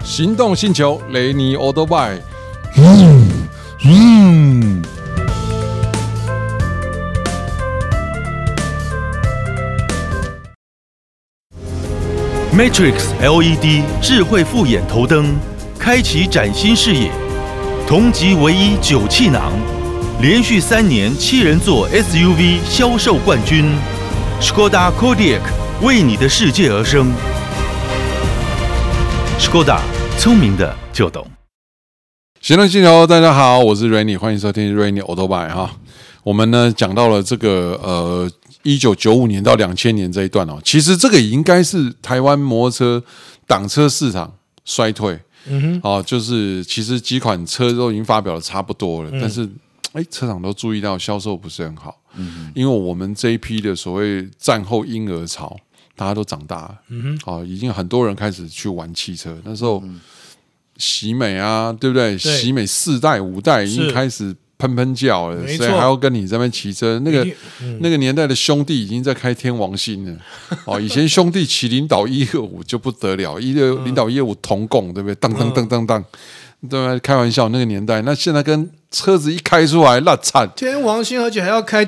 行动星球雷尼欧多拜。 Matrix LED 智慧复眼头灯，开启崭新视野。同级唯一9气囊，连续3年7人座 SUV 销售冠军。Škoda Kodiaq 为你的世界而生。Škoda 聪明的就懂。 行动星球，大家好，我是 Rainy， 欢迎收听 Rainy Autobike 哈。我们呢讲到了这个1995年到2000年这一段哦，其实这个也应该是台湾摩托车挡车市场衰退。就是其实几款车都已经发表的差不多了，但是车厂都注意到销售不是很好，因为我们这一批的所谓战后婴儿潮，大家都长大了，已经很多人开始去玩汽车。那时候喜美啊，对不对？喜美4代5代已经开始喷喷叫了，所以还要跟你这边骑车。那个年代的兄弟已经在开天王星了。以前兄弟骑领导125就不得了，领导125同共，对不对？当当当当当，对吧？开玩笑，那个年代。那现在跟车子一开出来，那惨！ 天王星，而且还要开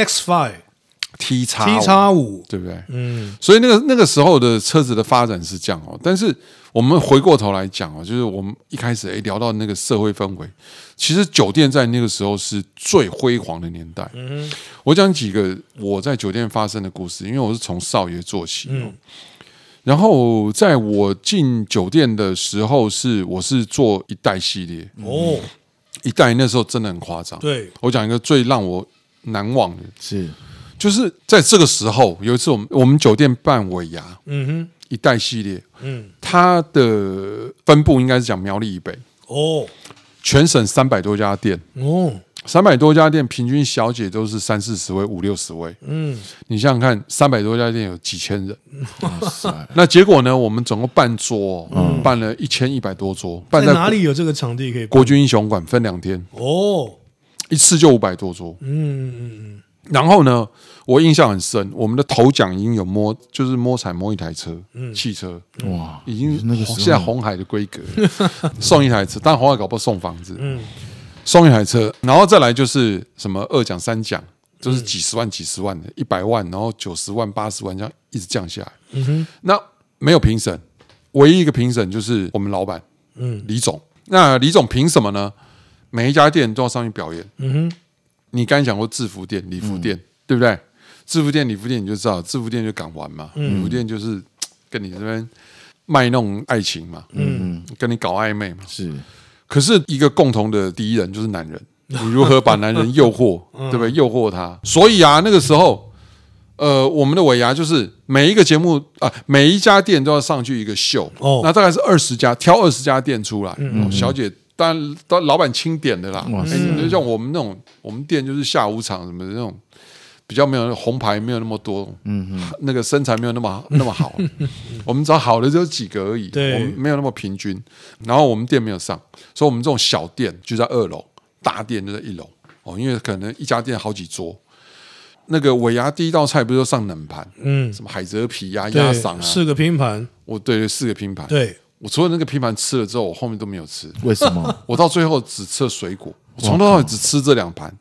TX5、TX5， 对不对？所以那个时候的车子的发展是这样哦。但是我们回过头来讲哦，就是我们一开始聊到那个社会氛围，其实酒店在那个时候是最辉煌的年代。我讲几个我在酒店发生的故事，因为我是从少爷做起。然后在我进酒店的时候我是做一代系列哦，一代那时候真的很夸张。 对， 我讲一个最让我难忘的就是在这个时候，有一次我们酒店办尾牙，一代系列，它的分布应该是讲苗栗以北哦，全省300多家店哦，300多家店，平均小姐都是30-40位、50-60位，你想想看，300多家店有几千人，那结果呢？我们总共办桌，办了1100多桌，办在哪里有这个场地可以办？ 国军英雄馆分2天哦，一次就500多桌，然后呢，我印象很深，我们的头奖已经有就是摸彩摸一台车，汽车，哇，已经现在红海的规格，送一台车，但红海搞不好送房子，送一台车，然后再来就是什么2奖3奖，都是几十万的，100万，然后90万、80万这样一直降下来。那没有评审，唯一一个评审就是我们老板，李总。那李总凭什么呢？每一家店都要上去表演。你刚才讲过制服店、礼服店，对不对？制服店、礼服店你就知道，制服店就敢玩嘛，礼服店就是跟你这边卖那种爱情嘛，跟你搞暧昧嘛。是，可是一个共同的敌人就是男人，你如何把男人诱惑，对不对？诱惑他。所以啊，那个时候，我们的尾牙就是每一个节目每一家店都要上去一个秀，那大概是20家，挑20家店出来，小姐。当然，老板钦点的啦。就像我们那种，我们店就是下午场什么的那种，比较没有红牌，没有那么多，那个身材没有那么好。我们找好的只有几个而已，我们没有那么平均。然后我们店没有上，所以我们这种小店就在2楼，大店就在1楼。因为可能一家店好几桌。那个尾牙第一道菜不是都上冷盘？什么海蜇皮啊、鸭嗓啊 ，4个拼盘。 对，4个拼盘。对。我除了那个拼盘吃了之后，我后面都没有吃。 为什么？ 我到最后只吃了水果，我从头到尾只吃这2盘。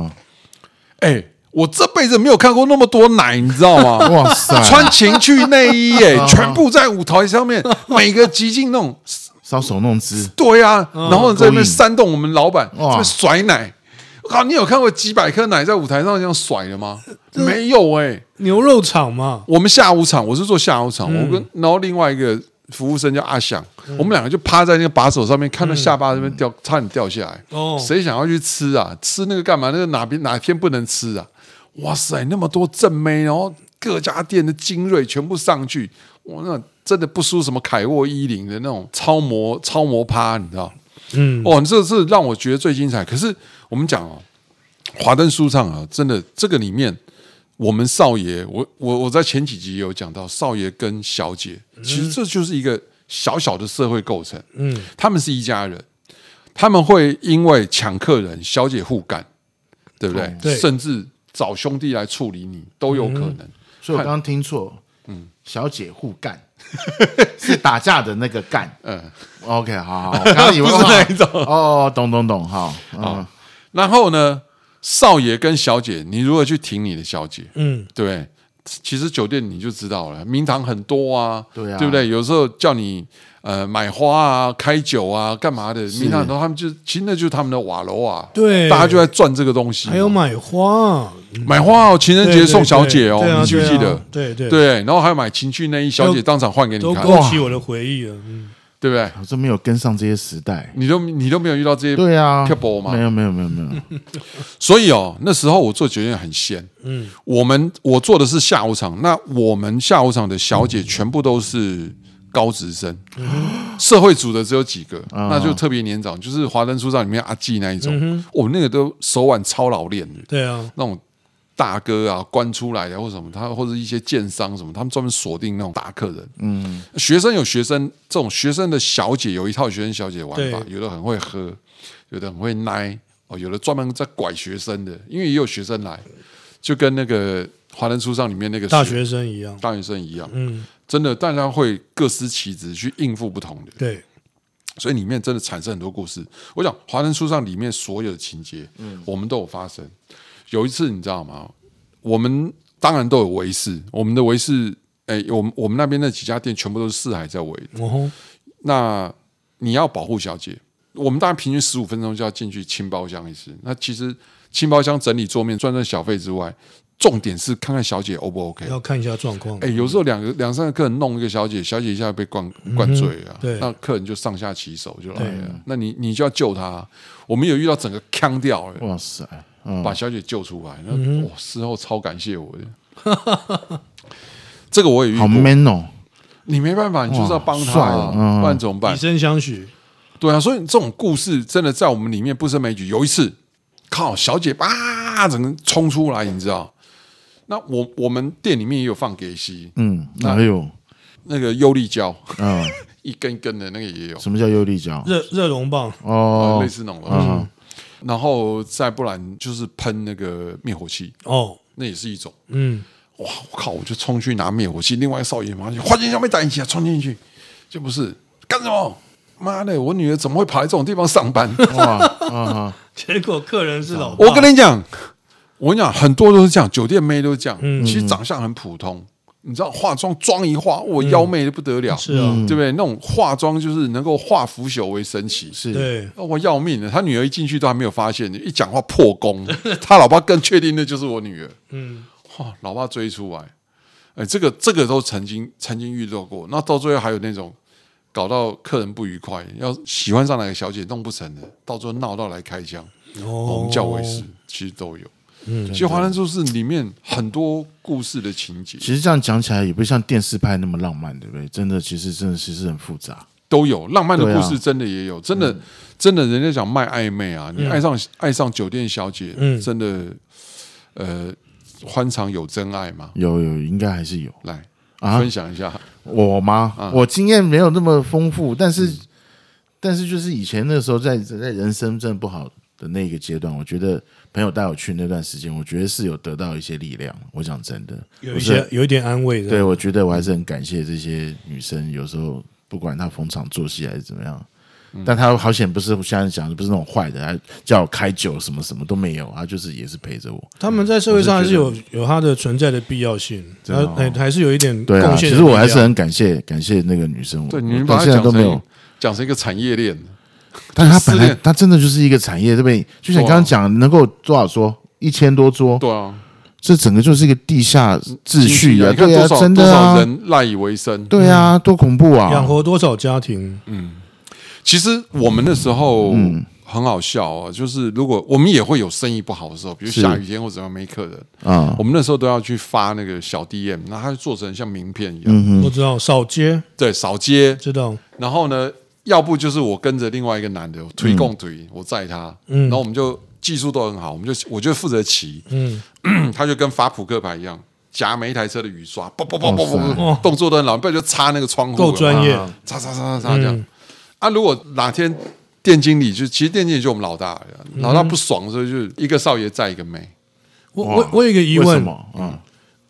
我这辈子没有看过那么多奶，你知道吗？哇塞！穿情趣内衣，全部在舞台上面，每个极尽那种搔首弄姿。 对啊，然后在那边煽动我们老板，在甩奶。你有看过几百颗奶在舞台上这样甩的吗？没有牛肉场嘛。 我们下午场，我是做下午场，然后另外一个服务生叫阿翔，我们2个就趴在那个把手上面，看到下巴这边差点掉下来。谁想要去吃啊？吃那个干嘛？那个哪天不能吃啊？哇塞，那么多正妹，然后各家店的精锐全部上去，那真的不输什么凯沃10的那种超模趴，你知道？这是让我觉得最精彩。可是我们讲华灯初上真的这个里面。我们少爷，我在前几集有讲到，少爷跟小姐，其实这就是一个小小的社会构成。他们是一家人，他们会因为抢客人，小姐互干，对不对？甚至找兄弟来处理你都有可能。 所以我刚刚听错， 小姐互干，是打架的那个干。OK， 好，我刚刚以为不是那一种哦，懂，好， 然后呢，少爷跟小姐，你如何去挺你的小姐？对不对？其实酒店你就知道了，名堂很多啊， 对啊， 对不对？有时候叫你买花啊、开酒啊、干嘛的，名堂很多，他们其实那就是他们的瓦楼啊， 对， 大家就在赚这个东西。 还有买花， 买花哦，情人节送小姐哦，你记不记得？ 对， 然后还有买情趣内衣，小姐当场换给你看， 都勾起我的回忆了， 对不对？ 我真没有跟上这些时代， 你都没有遇到这些对啊 couple 吗？ 没有。 所以那时候我做酒店很闲，我做的是下午场，那我们下午场的小姐全部都是高职生，社会组的只有几个，那就特别年长，就是《华灯初上》里面阿纪那一种，那个都手腕超老练的， 对啊， 那种大哥啊，关出来的或什么，他或者一些建商什么，他们专门锁定那种大客人。学生有学生这种学生的小姐有一套学生小姐的玩法，有的很会喝，有的很会奶，有的专门在拐学生的，因为也有学生来，就跟那个《华灯初上》里面那个大学生一样， 真的大家会各司其职去应付不同的。 对。 所以里面真的产生很多故事。我讲《华灯初上》里面所有的情节，我们都有发生。有一次你知道吗？我们当然都有围视，我们的围视，我们那边那几家店全部都是四海在围的。那你要保护小姐，我们当然平均15分钟就要进去清包厢一次。那其实清包厢整理桌面赚小费之外，重点是看看小姐 O 不 OK， 要看一下状况。 有时候两三个客人弄一个小姐一下被灌醉啊，那客人就上下其手就来了。那你就要救她。我们有遇到整个呛掉了， 哇塞！ 把小姐救出来，那事后超感谢我的。这个我也遇过， 好 man 哦！ 你没办法，你就是要帮他，不然怎么办？ 以身相许， 对啊，所以这种故事真的在我们里面不胜枚举。有一次，靠小姐整个冲出来，你知道？那我们店里面也有放给息， 哪有那个优力胶，一根一根的那个也有。 什么叫优力胶？ 热熔棒哦， 类似那种东西。然后再不然就是喷那个灭火器，那也是一种。哇，我靠！我就冲去拿灭火器，另外一个少爷马上就花间小妹带一起啊，冲进去，就不是干什么？妈的，我女儿怎么会跑来这种地方上班？ 哇！结果客人是老爸。 我跟你讲，很多都是这样，酒店妹都是这样。其实长相很普通，你知道化妆一化，我妖媚的不得了， 是啊， 对不对？那种化妆就是能够化腐朽为神奇， 是对。 我要命了，他女儿一进去都还没有发现，一讲话破功，他老爸更确定那就是我女儿。老爸追出来，这个都曾经遇到过。那到最后还有那种搞到客人不愉快，要喜欢上哪个小姐弄不成的，到最后闹到来开枪，我们叫维斯，其实都有。其实《华灯初上》里面很多故事的情节， 其实这样讲起来也不像电视拍那么浪漫，对不对？真的其实很复杂， 都有浪漫的故事，真的也有，真的，人家讲卖暧昧啊，你爱上酒店小姐，真的，欢场有真爱吗？ 有，应该还是有。 来分享一下我吗？我经验没有那么丰富，但是就是以前那时候在人生真的不好的那个阶段，我觉得朋友带我去那段时间，我觉得是有得到一些力量。我讲真的， 有一点安慰的。 对，我觉得我还是很感谢这些女生，有时候不管她逢场作戏还是怎么样。但他好险不是现在讲的，不是那种坏的，他叫我开酒什么都没有，他就是也是陪着我。 他们在社会上还是有他的存在的必要性，还是有一点贡献。 其实我还是很感谢那个女生， 对，你们把她讲成一个产业链， 但他本来他真的就是一个产业，对不对？就像你刚刚讲，能够多少桌，1000多桌， 对啊， 这整个就是一个地下秩序啊！对啊，真的多少人赖以为生？ 对啊，多恐怖啊！ 养活多少家庭？ 其实我们那时候很好笑啊，就是如果我们也会有生意不好的时候，比如下雨天或者怎么没客人啊，我们那时候都要去发那个小 DM， 那它做成像名片一样。 我知道扫街， 对，扫街知道。 然后呢，要不就是我跟着另外一个男的推共推，我载他，然后我们就技术都很好，我就负责骑，他就跟发扑克牌一样。夹每一台车的雨刷，动作都很老，不然就擦那个窗户， 够专业， 擦这样。如果哪天店经理其实店经理就我们老大，老大不爽的时候，就一个少爷载一个妹。 我有一个疑问，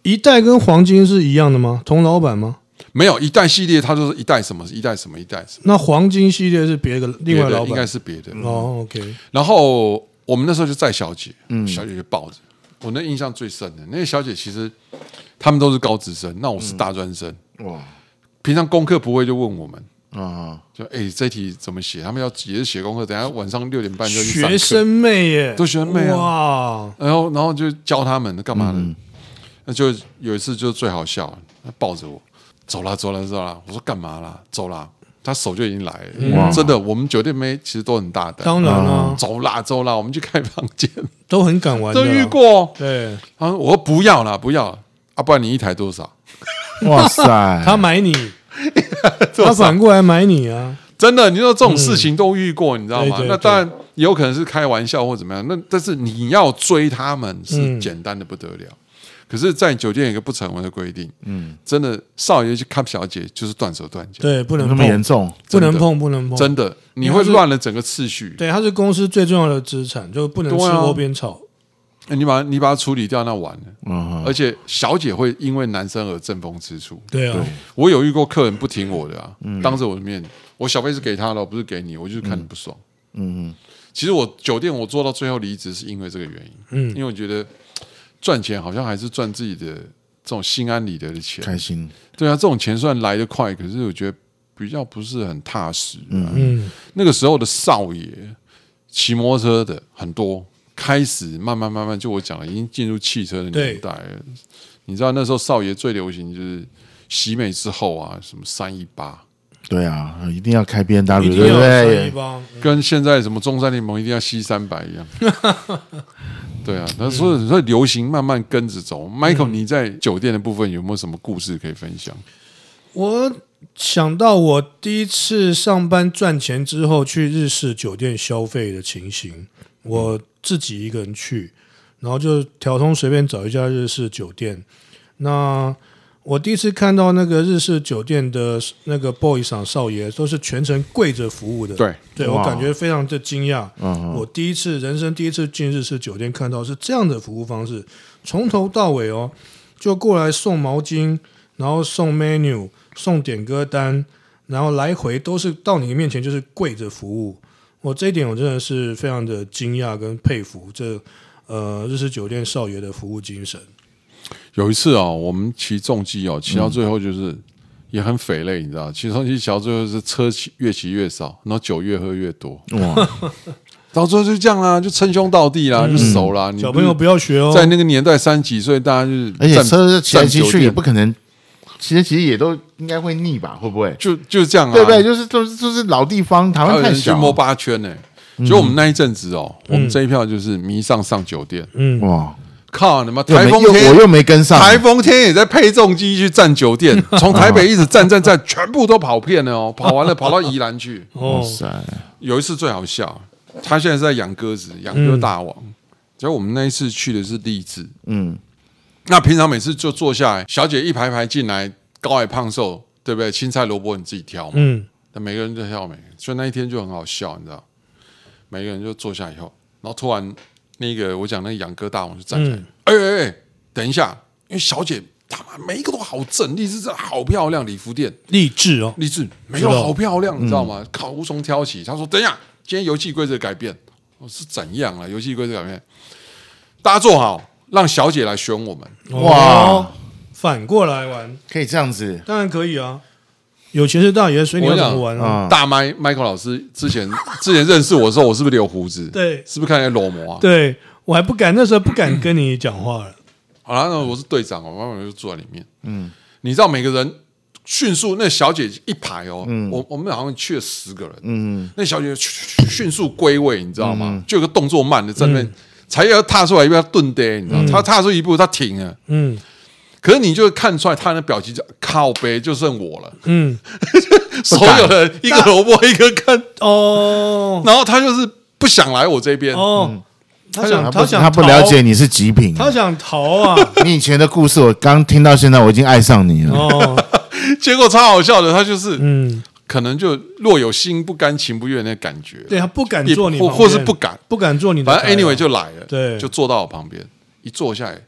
一代跟黄金是一样的吗？同老板吗？ 没有一代系列，它就是一代什么一代什么一代什么。 那黄金系列是别的另外老板， 应该是别的。 哦 ，OK。 然后我们那时候就载小姐，小姐就抱着我，那印象最深的那些小姐，其实他们都是高职生，那我是大专生，哇，平常功课不会就问我们。就这题怎么写？他们也是写功课，等一下晚上6点半就去上课。 学生妹耶， 都学生妹啊！ 哇， 然后就教他们干嘛呢？那就有一次就最好笑，他抱着我走啦。我说干嘛啦？走啦！他手就已经来了。真的，我们酒店妹其实都很大胆。 当然了， 走啦，我们去开房间， 都很敢玩的， 都遇过。 对， 我说不要啦，不然你一台多少？ 哇塞， 他买你。他反过来买你啊！ 真的，你说这种事情都遇过，你知道吗？ 对那当然也有可能是开玩笑或怎么样。但是你要追他们是简单的不得了。可是，在酒店有一个不成文的规定，真的少爷去看小姐就是断手断脚， 对，不能碰， 那么严重， 不能碰， 真的，你会乱了整个次序。 对，它是公司最重要的资产，就不能吃窝边草。 你把它处理掉，那完了。而且小姐会因为男生而争风吃醋。 对啊， 我有遇过客人不听我的当着我的面，我小费是给他的，不是给你，我就是看你不爽。其实我酒店我做到最后离职是因为这个原因。因为我觉得赚钱好像还是赚自己的这种心安理得的钱， 开心。 对啊，这种钱虽然来得快，可是我觉得比较不是很踏实。那个时候的少爷骑摩托车的很多。开始慢慢，就我讲了，已经进入汽车的年代了。你知道那时候少爷最流行就是喜美之后啊，什么318， 对啊，一定要开 BMW， 对不对？ 跟现在什么中山联盟一定要C300一样。对啊，那所以流行慢慢跟着走。Michael，你在酒店的部分有没有什么故事可以分享？ 我想到我第一次上班赚钱之后去日式酒店消费的情形，我自己一个人去，然后就调通随便找一家日式酒店。那我第一次看到那个日式酒店的那个 boy 赏少爷都是全程跪着服务的，对我感觉非常的惊讶。我人生第一次进日式酒店看到是这样的服务方式，从头到尾就过来送毛巾，然后送 menu， 送点歌单，然后来回都是到你面前就是跪着服务。这一点我真的是非常的惊讶跟佩服这日式酒店少爷的服务精神。 有一次我们骑重机骑到最后就是也很匪类，你知道，骑重机骑到最后是车越骑越少，然后酒越喝越多，哇！到最后就这样啦，就称兄道弟啦，就熟啦。 小朋友不要学哦， 在那个年代30几岁，大家就是而且车骑来骑去也不可能。其实也都应该会腻吧？会不会？ 就这样啊？ 对不对？就是老地方，台湾太小， 去摸8圈呢。就我们那一阵子我们这一票就是迷上酒店。哇！靠！你妈台风天我又没跟上， 台风天也在配重机去站酒店，从台北一直站，全部都跑遍了跑完了跑到宜兰去。哇塞！有一次最好笑，他现在是在养鸽子，养鸽大王。结果我们那一次去的是励志。那平常每次就坐下来，小姐一排排进来，高矮胖瘦，对不对？青菜萝卜你自己挑嘛。那每个人都挑所以那一天就很好笑，你知道？每个人就坐下以后，然后突然那个我讲那个养鸽大王就站起来，等一下，因为小姐他妈每一个都好正，励志真的好漂亮，礼服店励志每个都好漂亮，你知道吗？靠，无从挑起。他说：“等一下，今天游戏规则改变，是怎样啊？游戏规则改变，大家坐好。”让小姐来选我们， 哇！反过来玩可以这样子， 当然可以啊。有钱是大爷，所以你要怎么玩啊？ 大Michael 老师之前认识我的时候，我是不是留胡子？ 对， 是不是看起来裸模啊？ 对，我还不敢，那时候不敢跟你讲话了。 好了，那我是队长，我慢慢就坐在里面。你知道每个人迅速，那小姐一排我们好像去了10个人。那小姐迅速归位，你知道吗？就有个动作慢的在那边。才要踏出来，要顿呆，你知道？他踏出一步，他停了。可是你就看出来，他的表情就靠北，就剩我了。所有人一个萝卜一个坑然后他就是不想来我这边他不了解你是极品， 他想逃啊！ 你以前的故事我刚听到现在，我已经爱上你了。 结果超好笑的，他就是可能就若有心不甘情不愿的感觉， 对他不敢坐你旁边， 或是不敢坐你的， 反正 anyway 就来了， 对， 就坐到我旁边，一坐下来，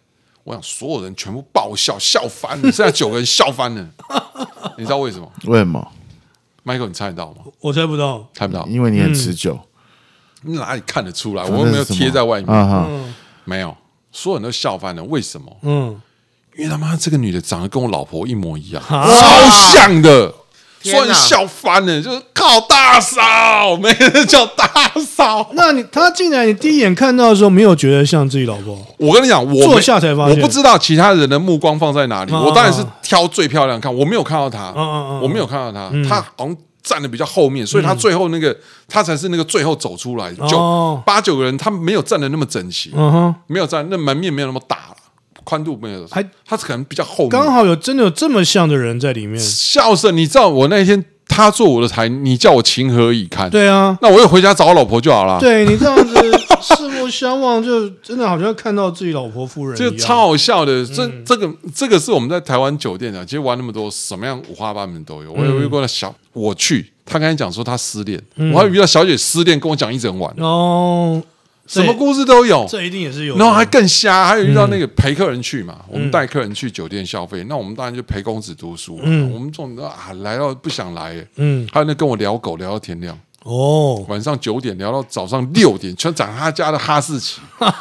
我想所有人全部爆笑，笑翻了，剩下9个人笑翻了。你知道为什么？ 为什么 ？Michael， 你猜得到吗？ 我猜不到， 猜不到， 因为你很持久。 你哪里看得出来？我又没有贴在外面，没有，所有人都笑翻了。为什么？因为他妈这个女的长得跟我老婆一模一样，超像的。所以笑翻了，就是靠大嫂，没人叫大嫂。 那他进来，你第一眼看到的时候，没有觉得像自己老婆？ 我跟你讲，我坐下才发现， 我不知道其他人的目光放在哪里。我当然是挑最漂亮看，我没有看到她，我没有看到她，她好像站的比较后面，所以她最后那个，她才是那个最后走出来，就8、9个人，他没有站的那么整齐，没有站，那门面没有那么大。宽度没有，他可能比较后面， 刚好真的有这么像的人在里面。 笑声，你知道我那天他坐我的台，你叫我情何以堪？对啊， 那我又回家找我老婆就好了。 对你这样子四目相望，就真的好像看到自己老婆夫人一样， 就超好笑的。这个是我们在台湾酒店的，其实玩那么多，什么样五花八门都有。我有遇过我去，他刚才讲说他失恋，我还遇到小姐失恋，跟我讲一整晚哦。什么故事都有， 这一定也是有。 然后还更瞎，还有遇到那个陪客人去嘛，我们带客人去酒店消费，那我们当然就陪公子读书。我们这种来到不想来，还有那跟我聊狗聊到天亮，晚上9点聊到早上6点，全讲他家的哈士奇。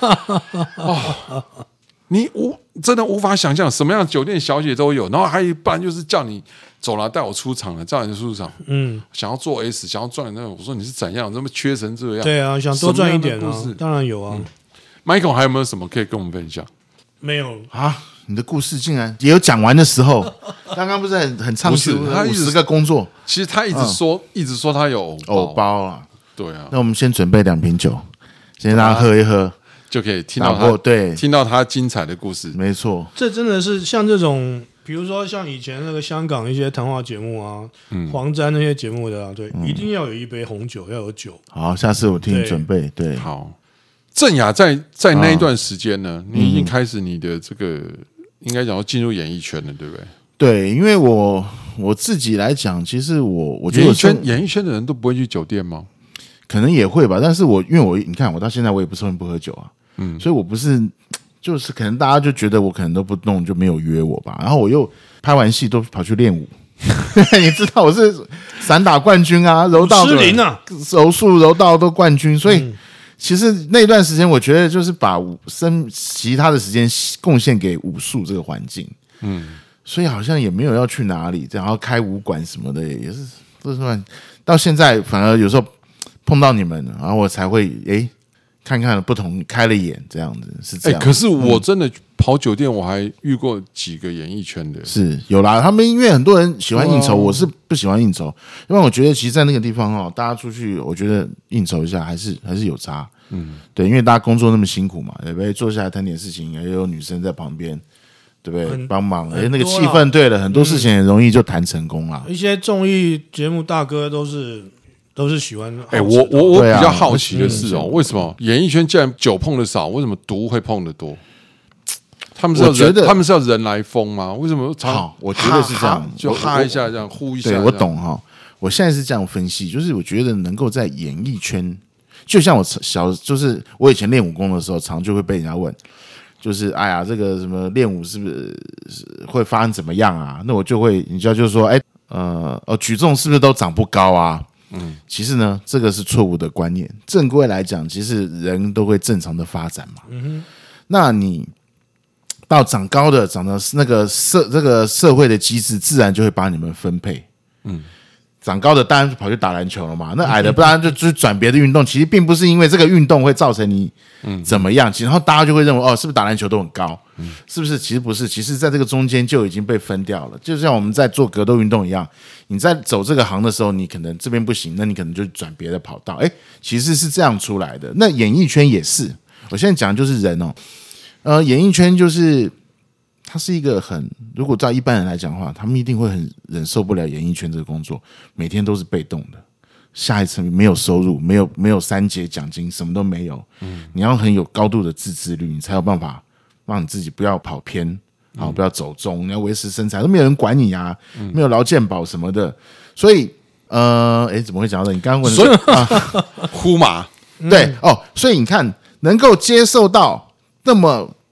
你真的无法想象什么样的酒店小姐都有，然后还有一半就是叫你走了带我出场了，叫你出场，想要做 S， 想要赚那种。我说你是怎样，这么缺成这样？ 对啊，想多赚一点啊，当然有啊。 Michael 还有没有什么可以跟我们分享？ 没有啊，你的故事竟然也有讲完的时候。刚刚不是很畅叙他50个工作， 其实他一直说他有偶包啊。 对啊， 那我们先准备2瓶酒，先让他喝一喝。 就可以听到他精彩的故事。 没错， 这真的是像这种，比如说像以前那个香港一些谈话节目啊，黄沾那些节目的对，一定要有一杯红酒，要有酒。 好，下次我替你准备。对， 好。郑雅在那一段时间呢，你已经开始你的这个应该讲要进入演艺圈了，对不对？ 对，因为我自己来讲，其实我觉得演艺圈的人都不会去酒店吗？ 可能也会吧，但是因为你看我到现在我也不抽烟不喝酒啊。所以我不是，就是可能大家就觉得我可能都不弄，就没有约我吧。然后我又拍完戏都跑去练舞，你知道我是散打冠军啊，柔道失灵啊， 柔术、柔道都冠军。所以其实那段时间，我觉得就是把其他的时间贡献给武术这个环境。所以好像也没有要去哪里，然后开武馆什么的，也是到现在反而有时候碰到你们，然后我才会看看不同，开了眼，这样子是这样。 可是我真的跑酒店，我还遇过几个演艺圈的， 是有啦。他们因为很多人喜欢应酬，我是不喜欢应酬，因为我觉得其实，在那个地方大家出去，我觉得应酬一下还是有差。对，因为大家工作那么辛苦嘛，对不对？坐下来谈点事情，也有女生在旁边，对不对？帮忙，那个气氛对了，很多事情很容易就谈成功了。 一些综艺节目大哥都是喜欢。 我比较好奇的是为什么演艺圈既然酒碰的少，为什么毒会碰的多？他们是要人来疯吗？为什么？ 好，我觉得是这样， 就哈一下这样，呼一下。 对，我懂哈。我现在是这样分析，就是我觉得能够在演艺圈，就像就是我以前练武功的时候，常就会被人家问，就是哎呀，这个什么练武是不是会发生怎么样啊？那我就会，你知道，就是说，举重是不是都长不高啊？其实呢，这个是错误的观念。正规来讲，其实人都会正常的发展嘛。那你到长高的，长到那个这个社会的机制，自然就会把你们分配。长高的当然就跑去打篮球了嘛，那矮的不然就转别的运动。其实并不是因为这个运动会造成你怎么样，然后大家就会认为是不是打篮球都很高，是不是？其实不是，其实在这个中间就已经被分掉了。就像我们在做格斗运动一样，你在走这个行的时候，你可能这边不行，那你可能就转别的跑道。其实是这样出来的。那演艺圈也是，我现在讲的就是人演艺圈就是它是一个如果照一般人来讲的话，他们一定会很忍受不了演艺圈这个工作，每天都是被动的，下一层没有收入，没有3节奖金，什么都没有。你要很有高度的自制力，你才有办法让你自己不要跑偏，不要走中，你要维持身材，都没有人管你啊，没有劳健保什么的。所以怎么会讲到这？你刚刚问的呼麻对所以你看，能够接受到那么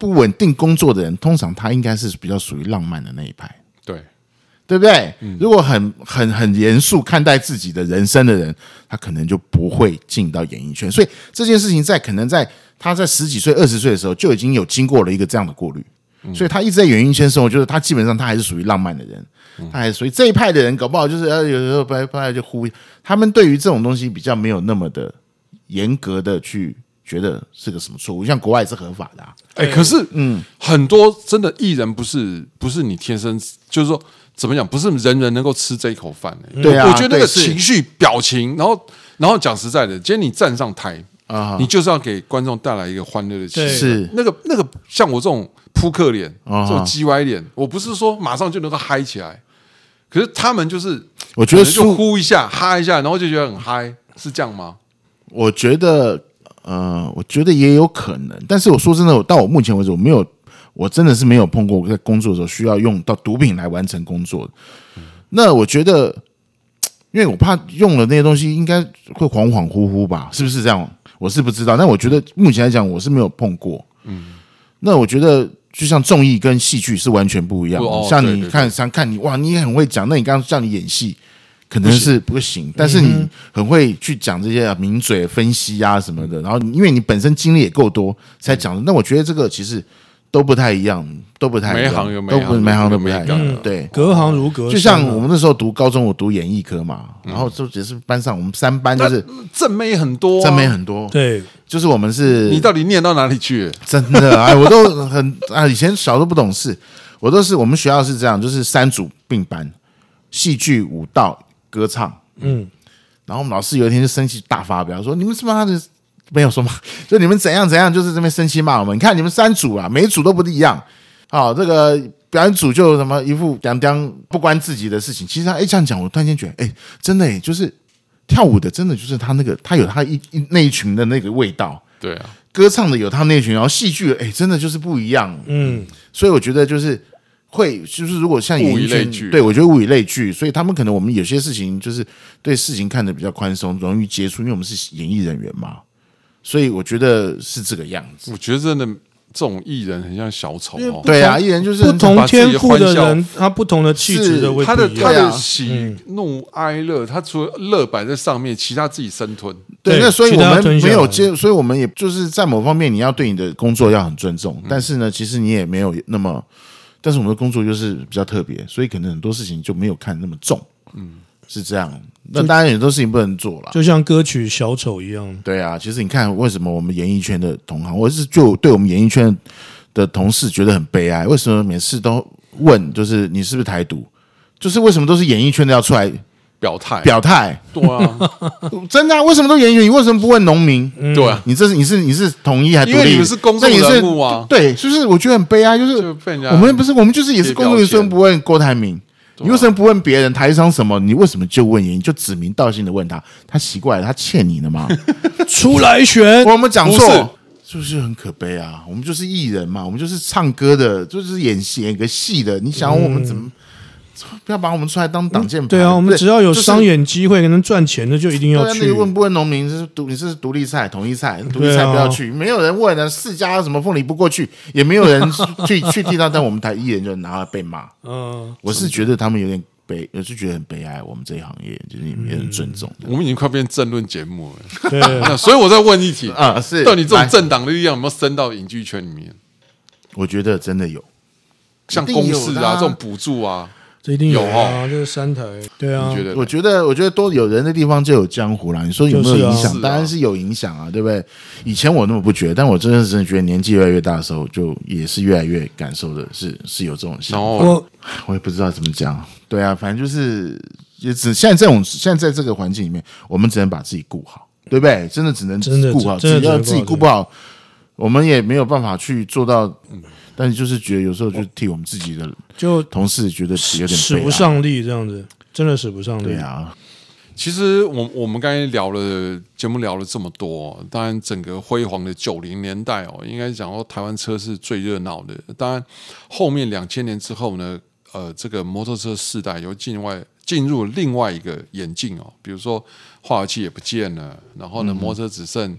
不稳定工作的人，通常他应该是比较属于浪漫的那一派。对不对？如果很严肃看待自己的人生的人，他可能就不会进到演艺圈。所以这件事情可能在他在10几岁、20岁的时候就已经有经过了一个这样的过滤，所以他一直在演艺圈生活，就是他基本上他还是属于浪漫的人，他还是属于这一派的人，搞不好就是有时候拍就呼，他们对于这种东西比较没有那么的严格的去觉得是个什么错误，像国外是合法的可是很多真的艺人不是你天生，就是说怎么讲，不是人人能够吃这一口饭对啊， 我觉得那个情绪表情，然后讲实在的，今天你站上台你就是要给观众带来一个欢乐的气氛。 是那个像我这种扑克脸，这种鸡歪脸，我不是说马上就能够嗨起来，可是他们就是我觉得就呼一下哈一下，然后就觉得很嗨，是这样吗？ 我觉得也有可能，但是我说真的，到我目前为止，我真的是没有碰过我在工作的时候需要用到毒品来完成工作的。那我觉得，因为我怕用了那些东西，应该会恍恍惚惚吧，是不是这样？我是不知道，但我觉得目前来讲，我是没有碰过。那我觉得就像综艺跟戏剧是完全不一样的。像你看你哇，你很会讲，那你刚刚叫你演戏。可能是不行，但是你很会去讲这些名嘴分析啊什么的，然后因为你本身经历也够多才讲的，那我觉得这个其实都不太一样，都不太一样，每行都不太一样，对， 隔行如隔山。 就像我们那时候读高中，我读演艺科嘛，然后就只是班上我们3班就是正妹很多， 对， 就是我们是， 你到底念到哪里去？ 真的我都以前小都不懂事，我们学校是这样，就是3组并班，戏剧、舞蹈。歌唱，然后我们老师有一天就生气大发表说：“你们他妈的没有说嘛，就你们怎样，就是这边生气骂我们。你看你们3组啊，每一组都不一样。这个表演组就什么一副不关自己的事情。其实他这样讲，我突然间觉得，真的就是跳舞的，真的就是他有他那一群的那个味道。 对啊， 歌唱的有他那一群，然后戏剧的，真的就是不一样。所以我觉得就是。就是如果像演艺圈，对我觉得物以类聚，所以他们可能我们有些事情就是对事情看得比较宽松，容易接触，因为我们是演艺人员嘛，所以我觉得是这个样子。 我觉得真的这种艺人很像小丑对啊，艺人就是不同天赋的人，他不同的气质的会不一样， 他的喜怒哀乐，他除了乐摆在上面，其他自己生吞。 对，那所以我们没有所以我们也就是在某方面你要对你的工作要很尊重，但是呢，其实你也没有那么。但是我们的工作就是比较特别，所以可能很多事情就没有看那么重，是这样。那当然很多事情不能做了， 就像歌曲《小丑》一样。 对啊，其实你看，为什么我们演艺圈的同行，就对我们演艺圈的同事觉得很悲哀？为什么每次都问，就是你是不是台独？就是为什么都是演艺圈的要出来表态？ 对啊，真的啊？为什么都演艺圈？你为什么不问农民？ 对啊， 你是统一还独立？ 因为你们是公众人物啊。 对，就是我觉得很悲哀，就是我们就是也是公众人物，不问郭台铭，你为什么不问别人台商什么？你为什么就问你就指名道姓的问他？他奇怪了，他欠你的吗？ 出来选， 我们讲错。就是很可悲啊！我们就是艺人嘛，我们就是唱歌的，就是演个戏的。你想我们怎么？不要把我们出来当挡箭牌。 对啊，我们只要有商演机会，能赚钱的就一定要去。 你问不问农民你是独立菜、统一菜，独立菜不要去，没有人问的。4家什么凤梨不过去，也没有人去替他，但我们台艺人就拿来被骂。我是觉得他们有点我是觉得很悲哀。我们这一行业就是也很尊重。 我们已经快变政论节目了。对，所以我在问一题啊，是到底这种政党的力量有没有伸到影剧圈里面？ 我觉得真的有， 像公视啊这种补助啊。 这一定有啊，这是3台，对啊。 我觉得多有人的地方就有江湖啦。你说有没有影响？当然是有影响啊，对不对？以前我那么不觉得，但我真的觉得年纪越来越大的时候，就也是越来越感受的是有这种想法。我也不知道怎么讲，对啊，反正就是现在这个环境里面，我们只能把自己顾好，对不对？真的只能顾好，只要自己顾不好，我们也没有办法去做到。但是就是觉得有时候就替我们自己的同事觉得有点使不上力，这样子真的使不上力。 对啊， 其实我们刚才节目聊了这么多，当然整个辉煌的90年代应该讲说台湾车是最热闹的。当然后面2000年之后呢，这个摩托车世代又进入另外一个演进比如说化油器也不见了，然后呢，摩托车只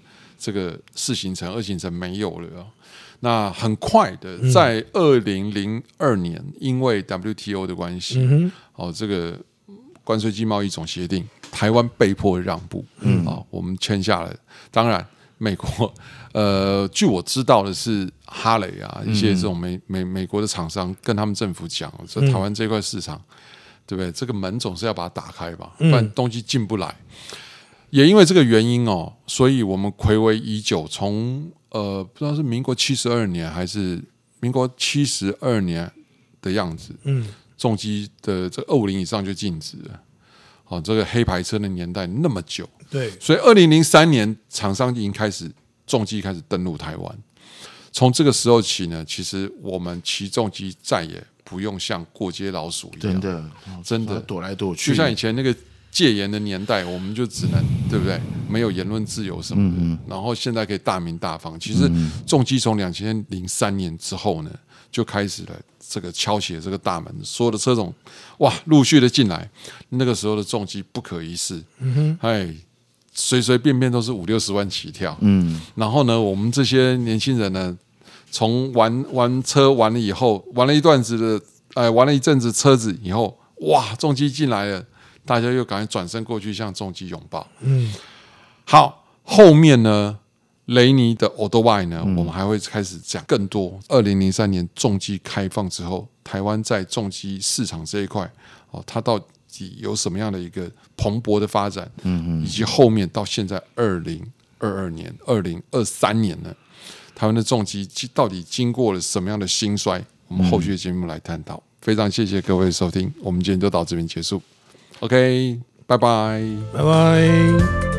这个4行程、2行程没有了啊。那很快的，在2002年，因为 WTO 的关系，这个关税暨贸易总协定，台湾被迫让步，我们签下了。当然，美国，据我知道的是，哈雷啊，一些这种美国的厂商跟他们政府讲，说台湾这块市场，对不对？这个门总是要把它打开吧，不然东西进不来。也因为这个原因哦，所以我们睽违已久，从不知道是民国72年还是民国72年的样子，重机的这250以上就禁止了。这个黑牌车的年代那么久， 对， 所以2003年厂商已经开始重机开始登陆台湾。从这个时候起呢，其实我们骑重机再也不用像过街老鼠一样，真的躲来躲去， 就像以前那个戒严的年代，我们就只能对不对？没有言论自由什么的，然后现在可以大鸣大放。其实重机从2003年之后呢，就开始了这个敲起了这个大门，所有的车种哇陆续的进来。那个时候的重机不可一世，随随便便都是50-60万起跳。然后呢，我们这些年轻人呢，从玩车玩了以后，玩了一阵子车子以后，哇，重机进来了。大家又赶快转身过去向重机拥抱。好，后面呢，雷尼的 Autobahn 呢，我们还会开始讲更多。2003年重机开放之后，台湾在重机市场这一块，它到底有什么样的一个蓬勃的发展？以及后面到现在2022年、2023年呢，台湾的重机到底经过了什么样的兴衰？我们后续的节目来探讨。非常谢谢各位的收听，我们今天就到这边结束。OK， 拜拜， 拜拜。